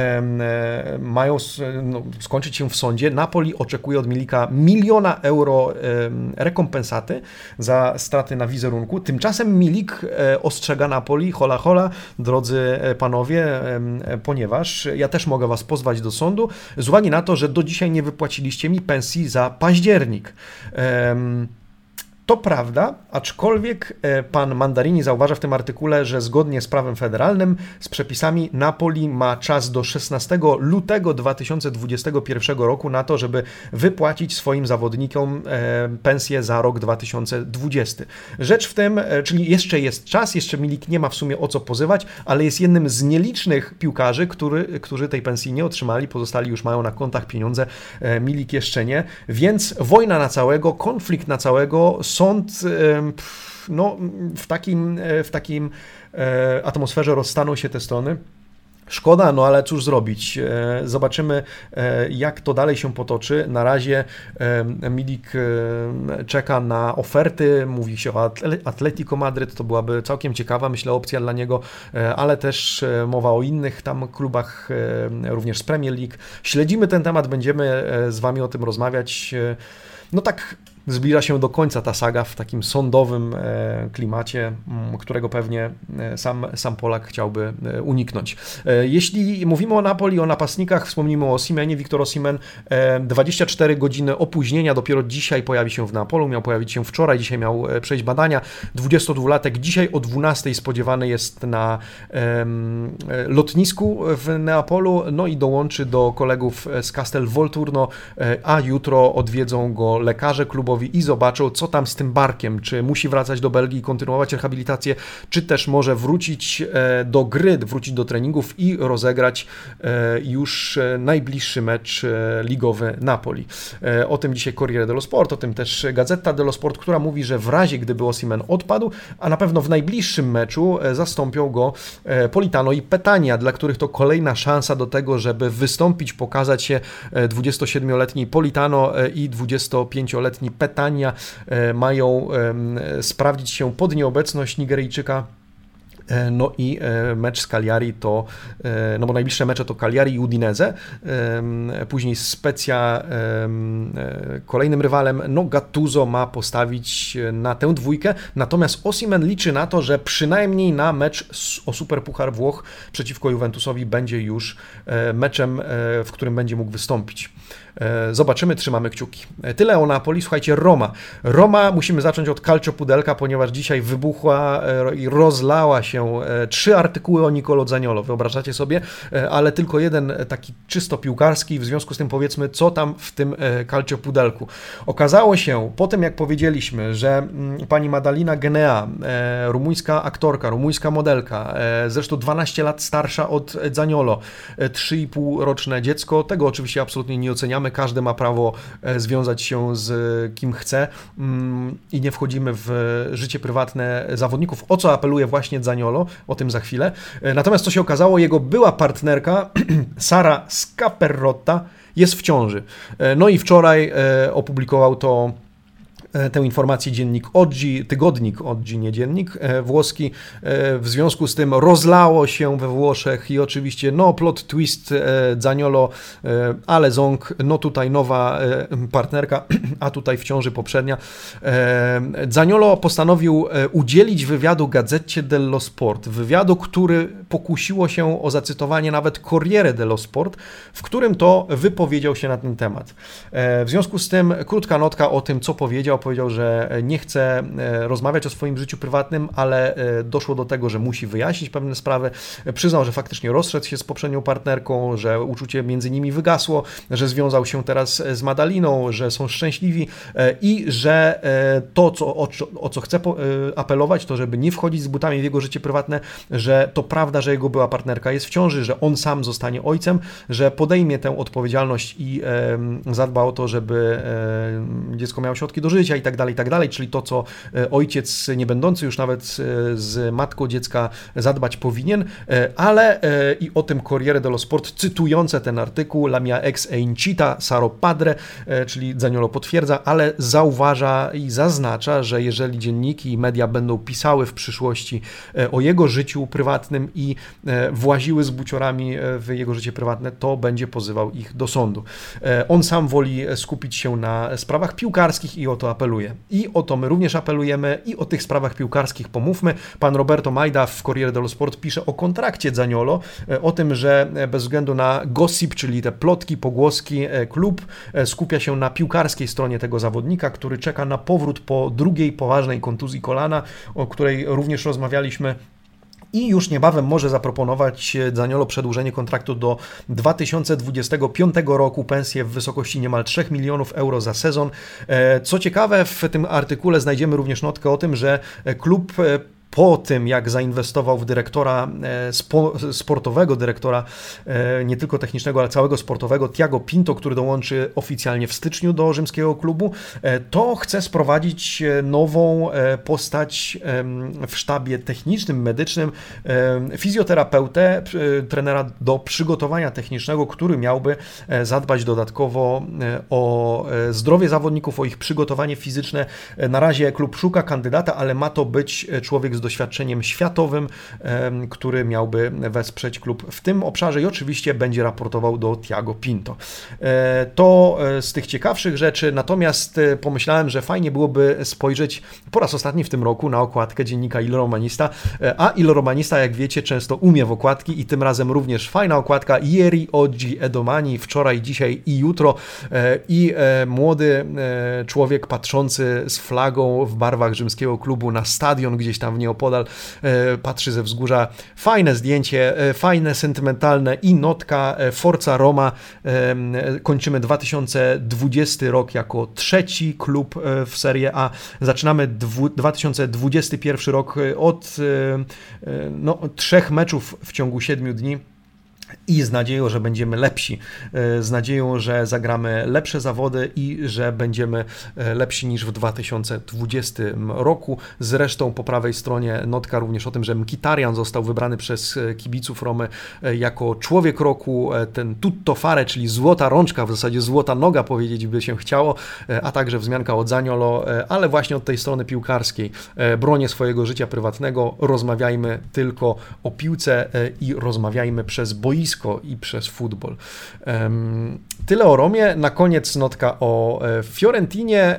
mają no, skończyć się w sądzie. Napoli oczekuje od Milika miliona euro rekompensaty za straty na wizerunku. Tymczasem Milik ostrzega Napoli, hola hola, drodzy panowie, ponieważ ja też mogę was pozwać do sądu z uwagi na to, że do dzisiaj nie wypłaciliście mi pensji za październik. To prawda, aczkolwiek pan Mandarini zauważa w tym artykule, że zgodnie z prawem federalnym, z przepisami, Napoli ma czas do szesnastego lutego dwa tysiące dwudziestego pierwszego roku na to, żeby wypłacić swoim zawodnikom pensję za rok dwa tysiące dwudziesty. Rzecz w tym, czyli jeszcze jest czas, jeszcze Milik nie ma w sumie o co pozywać, ale jest jednym z nielicznych piłkarzy, który, którzy tej pensji nie otrzymali, pozostali już mają na kontach pieniądze, Milik jeszcze nie, więc wojna na całego, konflikt na całego, sąd no, w takim, w takim atmosferze rozstaną się te strony. Szkoda, no ale cóż zrobić. Zobaczymy, jak to dalej się potoczy. Na razie Milik czeka na oferty. Mówi się o Atletico Madryt, to byłaby całkiem ciekawa, myślę, opcja dla niego, ale też mowa o innych tam klubach, również z Premier League. Śledzimy ten temat, będziemy z Wami o tym rozmawiać. No tak zbliża się do końca ta saga w takim sądowym klimacie, którego pewnie sam, sam Polak chciałby uniknąć. Jeśli mówimy o Napoli, o napastnikach, wspomnimy o Osimhenie. Wiktor Osimhen, dwadzieścia cztery godziny opóźnienia, dopiero dzisiaj pojawi się w Neapolu, miał pojawić się wczoraj, dzisiaj miał przejść badania. dwudziestodwulatek dzisiaj o dwunastej spodziewany jest na lotnisku w Neapolu, no i dołączy do kolegów z Castel Volturno, a jutro odwiedzą go lekarze klubowi i zobaczą, co tam z tym barkiem, czy musi wracać do Belgii i kontynuować rehabilitację, czy też może wrócić do gry, wrócić do treningów i rozegrać już najbliższy mecz ligowy Napoli. O tym dzisiaj Corriere dello Sport, o tym też Gazzetta dello Sport, która mówi, że w razie gdyby Osimhen odpadł, a na pewno w najbliższym meczu zastąpią go Politano i Petagna, dla których to kolejna szansa do tego, żeby wystąpić, pokazać się. dwudziestosiedmioletni Politano i dwudziestopięcioletni Petagna mają sprawdzić się pod nieobecność Nigeryjczyka. No i mecz z Cagliari to, no bo najbliższe mecze to Cagliari i Udinese, później Spezia kolejnym rywalem, no Gattuso ma postawić na tę dwójkę, natomiast Osimhen liczy na to, że przynajmniej na mecz o Superpuchar Włoch przeciwko Juventusowi będzie już meczem, w którym będzie mógł wystąpić. Zobaczymy, trzymamy kciuki. Tyle o Napoli. Słuchajcie, Roma. Roma, musimy zacząć od Calcio Pudelka, ponieważ dzisiaj wybuchła i rozlała się się trzy artykuły o Nicolo Zaniolo, wyobrażacie sobie, ale tylko jeden taki czysto piłkarski, w związku z tym powiedzmy, co tam w tym calcio pudelku. Okazało się, po tym jak powiedzieliśmy, że pani Maddalena Genea, rumuńska aktorka, rumuńska modelka, zresztą dwanaście lat starsza od Zaniolo, trzy i pół roczne dziecko, tego oczywiście absolutnie nie oceniamy, każdy ma prawo związać się z kim chce i nie wchodzimy w życie prywatne zawodników, o co apeluje właśnie Zaniolo, o tym za chwilę. Natomiast co się okazało, jego była partnerka Sara Scaperrotta jest w ciąży. No i wczoraj opublikował to tę informację dziennik Oggi, tygodnik Oggi, nie dziennik włoski. W związku z tym rozlało się we Włoszech i oczywiście no plot twist, Zaniolo, ale ząg, no tutaj nowa partnerka, a tutaj w ciąży poprzednia. Zaniolo postanowił udzielić wywiadu Gazzecie dello Sport, wywiadu, który pokusiło się o zacytowanie nawet Corriere dello Sport, w którym to wypowiedział się na ten temat. W związku z tym krótka notka o tym, co powiedział. Powiedział, że nie chce rozmawiać o swoim życiu prywatnym, ale doszło do tego, że musi wyjaśnić pewne sprawy. Przyznał, że faktycznie rozszedł się z poprzednią partnerką, że uczucie między nimi wygasło, że związał się teraz z Maddaliną, że są szczęśliwi i że to, co, o, o co chce apelować, to żeby nie wchodzić z butami w jego życie prywatne, że to prawda, że jego była partnerka jest w ciąży, że on sam zostanie ojcem, że podejmie tę odpowiedzialność i zadba o to, żeby dziecko miało środki do życia i tak dalej, i tak dalej, czyli to, co ojciec nie będący już nawet z matką dziecka zadbać powinien, ale i o tym Corriere dello Sport cytujące ten artykuł, la mia ex è incita, sarò padre, czyli Zaniolo potwierdza, ale zauważa i zaznacza, że jeżeli dzienniki i media będą pisały w przyszłości o jego życiu prywatnym i właziły z buciorami w jego życie prywatne, to będzie pozywał ich do sądu. On sam woli skupić się na sprawach piłkarskich i o to apeluje. I o to my również apelujemy i o tych sprawach piłkarskich pomówmy. Pan Roberto Majda w Corriere dello Sport pisze o kontrakcie Zaniolo, o tym, że bez względu na gossip, czyli te plotki, pogłoski, klub skupia się na piłkarskiej stronie tego zawodnika, który czeka na powrót po drugiej poważnej kontuzji kolana, o której również rozmawialiśmy. I już niebawem może zaproponować Zaniolo przedłużenie kontraktu do dwa tysiące dwudziestego piątego roku, pensję w wysokości niemal trzech milionów euro za sezon. Co ciekawe, w tym artykule znajdziemy również notkę o tym, że klub po tym, jak zainwestował w dyrektora spo, sportowego, dyrektora nie tylko technicznego, ale całego sportowego, Thiago Pinto, który dołączy oficjalnie w styczniu do rzymskiego klubu, to chce sprowadzić nową postać w sztabie technicznym, medycznym, fizjoterapeutę, trenera do przygotowania technicznego, który miałby zadbać dodatkowo o zdrowie zawodników, o ich przygotowanie fizyczne. Na razie klub szuka kandydata, ale ma to być człowiek z doświadczeniem światowym, który miałby wesprzeć klub w tym obszarze i oczywiście będzie raportował do Thiago Pinto. To z tych ciekawszych rzeczy, natomiast pomyślałem, że fajnie byłoby spojrzeć po raz ostatni w tym roku na okładkę dziennika Il Romanista, a Il Romanista, jak wiecie, często umie w okładki i tym razem również fajna okładka Ieri, oggi e domani, wczoraj, dzisiaj i jutro, i młody człowiek patrzący z flagą w barwach rzymskiego klubu na stadion gdzieś tam w nieopodal, patrzy ze wzgórza. Fajne zdjęcie, fajne, sentymentalne i notka Forza Roma. Kończymy dwa tysiące dwudziesty rok jako trzeci klub w Serie A. Zaczynamy dwa tysiące dwudziesty pierwszy rok od no, trzech meczów w ciągu siedmiu dni. I z nadzieją, że będziemy lepsi, z nadzieją, że zagramy lepsze zawody i że będziemy lepsi niż w dwa tysiące dwudziestym roku. Zresztą po prawej stronie notka również o tym, że Mkhitaryan został wybrany przez kibiców Romy jako człowiek roku, ten tutto fare, czyli złota rączka, w zasadzie złota noga powiedzieć by się chciało, a także wzmianka o Zaniolo, ale właśnie od tej strony piłkarskiej. Bronię swojego życia prywatnego, rozmawiajmy tylko o piłce i rozmawiajmy przez boisko, boisko i przez futbol. Tyle o Romie. Na koniec notka o Fiorentinie.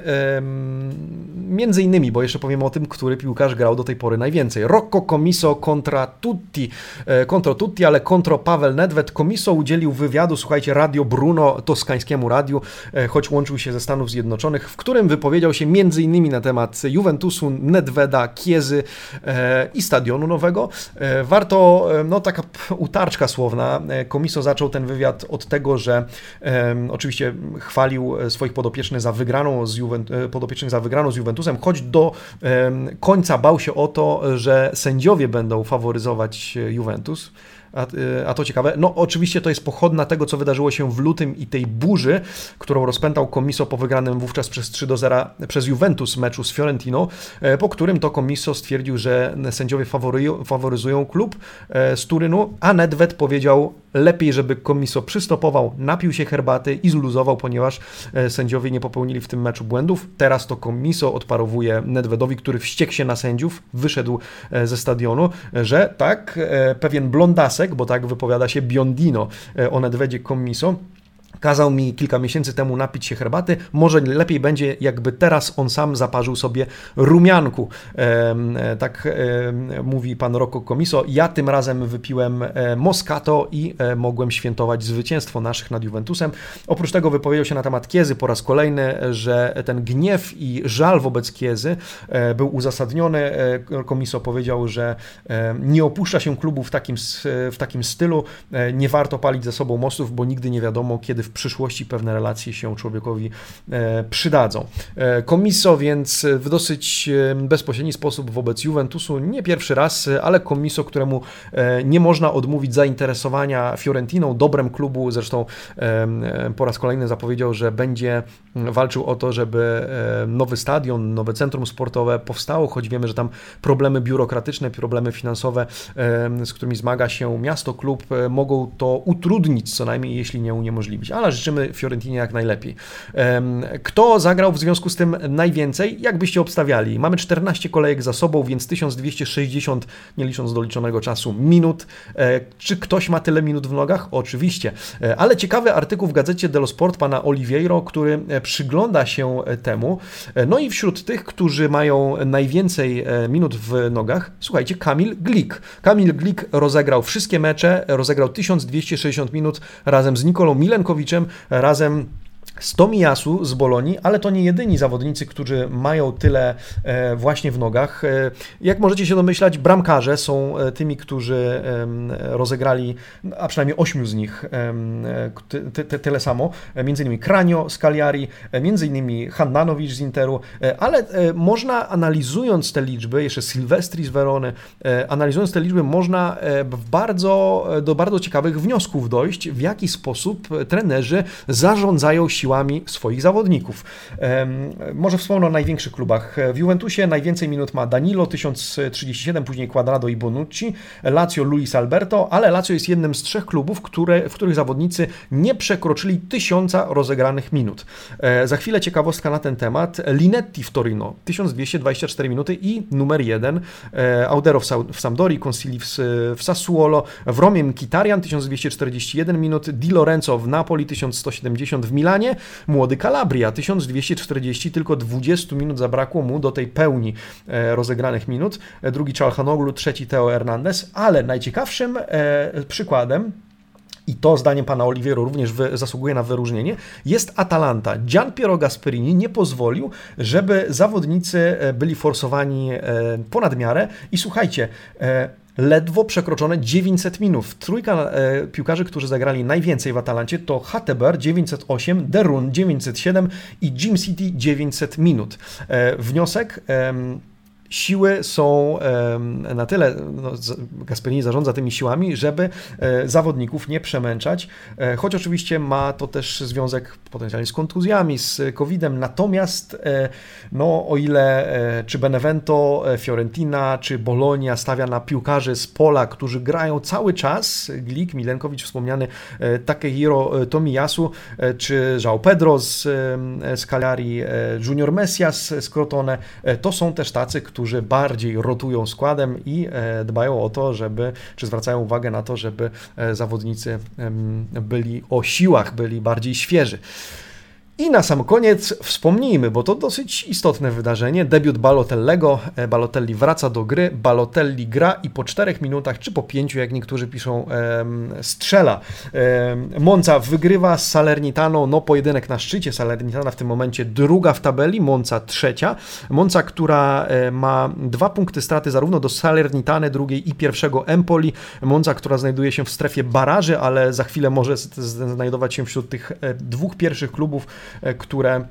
Między innymi, bo jeszcze powiemy o tym, który piłkarz grał do tej pory najwięcej. Rocco Commisso contra tutti, contro tutti, ale contro Paweł Nedved. Commisso udzielił wywiadu, słuchajcie, Radio Bruno, toskańskiemu radiu, choć łączył się ze Stanów Zjednoczonych, w którym wypowiedział się między innymi na temat Juventusu, Nedveda, Chiezy i stadionu nowego. Warto, no taka utarczka słowna. Commisso zaczął ten wywiad od tego, że um, oczywiście chwalił swoich podopiecznych za wygraną z, Juvent- podopiecznych za wygraną z Juventusem, choć do um, końca bał się o to, że sędziowie będą faworyzować Juventus. A, a to ciekawe. No oczywiście to jest pochodna tego, co wydarzyło się w lutym i tej burzy, którą rozpętał Commisso po wygranym wówczas przez trzy do zera przez Juventus meczu z Fiorentiną, po którym to Commisso stwierdził, że sędziowie faworyzują klub z Turynu, a Nedved powiedział, lepiej, żeby Commisso przystopował, napił się herbaty i zluzował, ponieważ sędziowie nie popełnili w tym meczu błędów. Teraz to Commisso odparowuje Nedvedowi, który wściekł się na sędziów, wyszedł ze stadionu, że tak, pewien blondasek, bo tak wypowiada się Biondino o Nedvedzie Commisso, kazał mi kilka miesięcy temu napić się herbaty, może lepiej będzie, jakby teraz on sam zaparzył sobie rumianku. E, tak e, mówi pan Rocco Commisso. Ja tym razem wypiłem Moscato i e, mogłem świętować zwycięstwo naszych nad Juventusem. Oprócz tego wypowiedział się na temat Chiezy po raz kolejny, że ten gniew i żal wobec Chiezy e, był uzasadniony. E, Commisso powiedział, że e, nie opuszcza się klubu w takim, w takim stylu, e, nie warto palić ze sobą mostów, bo nigdy nie wiadomo, kiedy w przyszłości pewne relacje się człowiekowi e, przydadzą. E, Commisso więc w dosyć bezpośredni sposób wobec Juventusu, nie pierwszy raz, ale Commisso, któremu e, nie można odmówić zainteresowania Fiorentiną, dobrem klubu, zresztą e, po raz kolejny zapowiedział, że będzie walczył o to, żeby e, nowy stadion, nowe centrum sportowe powstało, choć wiemy, że tam problemy biurokratyczne, problemy finansowe, e, z którymi zmaga się miasto, klub, e, mogą to utrudnić, co najmniej jeśli nie uniemożliwić. Ale życzymy Fiorentinie jak najlepiej. Kto zagrał w związku z tym najwięcej? Jak byście obstawiali? Mamy czternaście kolejek za sobą, więc tysiąc dwieście sześćdziesiąt, nie licząc doliczonego czasu, minut. Czy ktoś ma tyle minut w nogach? Oczywiście. Ale ciekawy artykuł w gazecie dello Sport pana Oliveiro, który przygląda się temu. No i wśród tych, którzy mają najwięcej minut w nogach, słuchajcie, Kamil Glik. Kamil Glik rozegrał wszystkie mecze, rozegrał tysiąc dwieście sześćdziesiąt minut razem z Nikolą Milenkowiczem, razem z Tomiyasu z Bolonii, ale to nie jedyni zawodnicy, którzy mają tyle właśnie w nogach. Jak możecie się domyślać, bramkarze są tymi, którzy rozegrali, a przynajmniej ośmiu z nich ty, ty, tyle samo, między innymi Kranio z Cagliari, między innymi Handanovic z Interu, ale można, analizując te liczby, jeszcze Silvestri z Verony, analizując te liczby, można w bardzo, do bardzo ciekawych wniosków dojść, w jaki sposób trenerzy zarządzają siłami swoich zawodników. Może wspomnę o największych klubach. W Juventusie najwięcej minut ma Danilo, tysiąc trzydzieści siedem, później Quadrado i Bonucci, Lazio Luis Alberto, ale Lazio jest jednym z trzech klubów, które, w których zawodnicy nie przekroczyli tysiąca rozegranych minut. Za chwilę ciekawostka na ten temat. Linetti w Torino, tysiąc dwieście dwadzieścia cztery minuty i numer jeden. Audero w Sampdori, Consili w Sassuolo, w Romie Mkhitaryan, tysiąc dwieście czterdzieści jeden minut, Di Lorenzo w Napoli, tysiąc sto siedemdziesiąt w Milanie, młody Calabria, tysiąc dwieście czterdzieści, tylko dwadzieścia minut zabrakło mu do tej pełni rozegranych minut. Drugi Çalhanoğlu, trzeci Theo Hernandez, ale najciekawszym przykładem, i to zdaniem pana Oliveiro również wy, zasługuje na wyróżnienie, jest Atalanta. Gian Piero Gasperini nie pozwolił, żeby zawodnicy byli forsowani ponad miarę i słuchajcie, ledwo przekroczone dziewięćset minut. Trójka e, piłkarzy, którzy zagrali najwięcej w Atalancie, to Hatteber dziewięćset osiem, Derun dziewięćset siedem i Jim City dziewięćset minut. E, wniosek... E, Siły są na tyle, no, Gasperini zarządza tymi siłami, żeby zawodników nie przemęczać, choć oczywiście ma to też związek potencjalnie z kontuzjami, z kowidem, natomiast no, o ile czy Benevento, Fiorentina, czy Bologna stawia na piłkarzy z pola, którzy grają cały czas, Glik, Milenkowicz, wspomniany Takehiro Tomiyasu, czy João Pedro z, z Cagliari, Junior Messias z Crotone, to są też tacy, którzy bardziej rotują składem i dbają o to, żeby, czy zwracają uwagę na to, żeby zawodnicy byli o siłach, byli bardziej świeży. I na sam koniec wspomnijmy, bo to dosyć istotne wydarzenie, debiut Balotellego. Balotelli wraca do gry, Balotelli gra i po czterech minutach, czy po pięciu, jak niektórzy piszą, strzela. Monza wygrywa z Salernitaną, no pojedynek na szczycie, Salernitana w tym momencie druga w tabeli, Monza trzecia. Monza, która ma dwa punkty straty zarówno do Salernitany drugiej i pierwszego Empoli. Monza, która znajduje się w strefie baraży, ale za chwilę może znajdować się wśród tych dwóch pierwszych klubów, które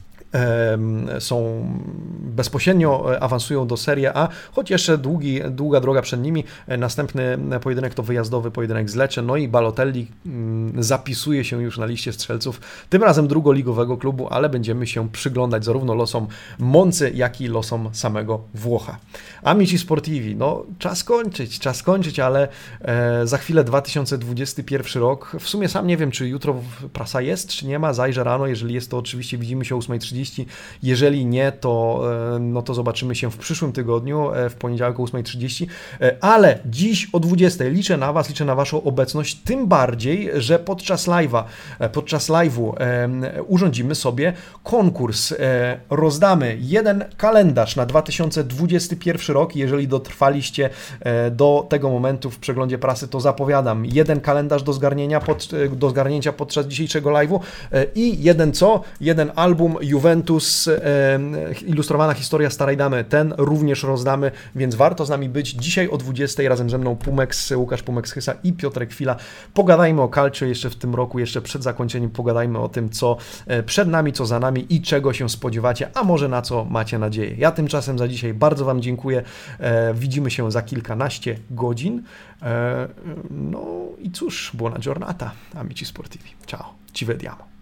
są bezpośrednio awansują do Serie A, choć jeszcze długi, długa droga przed nimi. Następny pojedynek to wyjazdowy pojedynek z Lecce, no i Balotelli zapisuje się już na liście strzelców, tym razem drugoligowego klubu, ale będziemy się przyglądać zarówno losom Moncy, jak i losom samego Włocha. Amici Sportivi, no czas kończyć, czas kończyć, ale za chwilę dwa tysiące dwudziesty pierwszy rok, w sumie sam nie wiem, czy jutro prasa jest, czy nie ma, zajrzę rano, jeżeli jest, to oczywiście widzimy się o ósma trzydzieści. Jeżeli nie, to, no to zobaczymy się w przyszłym tygodniu, w poniedziałek o ósma trzydzieści, ale dziś o dwudziestej liczę na Was, liczę na Waszą obecność, tym bardziej, że podczas live'a, podczas live'u urządzimy sobie konkurs. Rozdamy jeden kalendarz na dwa tysiące dwudziesty pierwszy rok. Jeżeli dotrwaliście do tego momentu w przeglądzie prasy, to zapowiadam jeden kalendarz do zgarnienia, pod, do zgarnięcia podczas dzisiejszego live'u i jeden co? Jeden album Juventus, ilustrowana historia Starej Damy, ten również rozdamy, więc warto z nami być dzisiaj o dwudziestej, razem ze mną Pumex, Łukasz Pumex-Chysa i Piotrek Chwila. Pogadajmy o Calcio jeszcze w tym roku, jeszcze przed zakończeniem pogadajmy o tym, co przed nami, co za nami i czego się spodziewacie, a może na co macie nadzieję. Ja tymczasem za dzisiaj bardzo Wam dziękuję, widzimy się za kilkanaście godzin, no i cóż, buona giornata, amici sportivi, ciao, ci vediamo.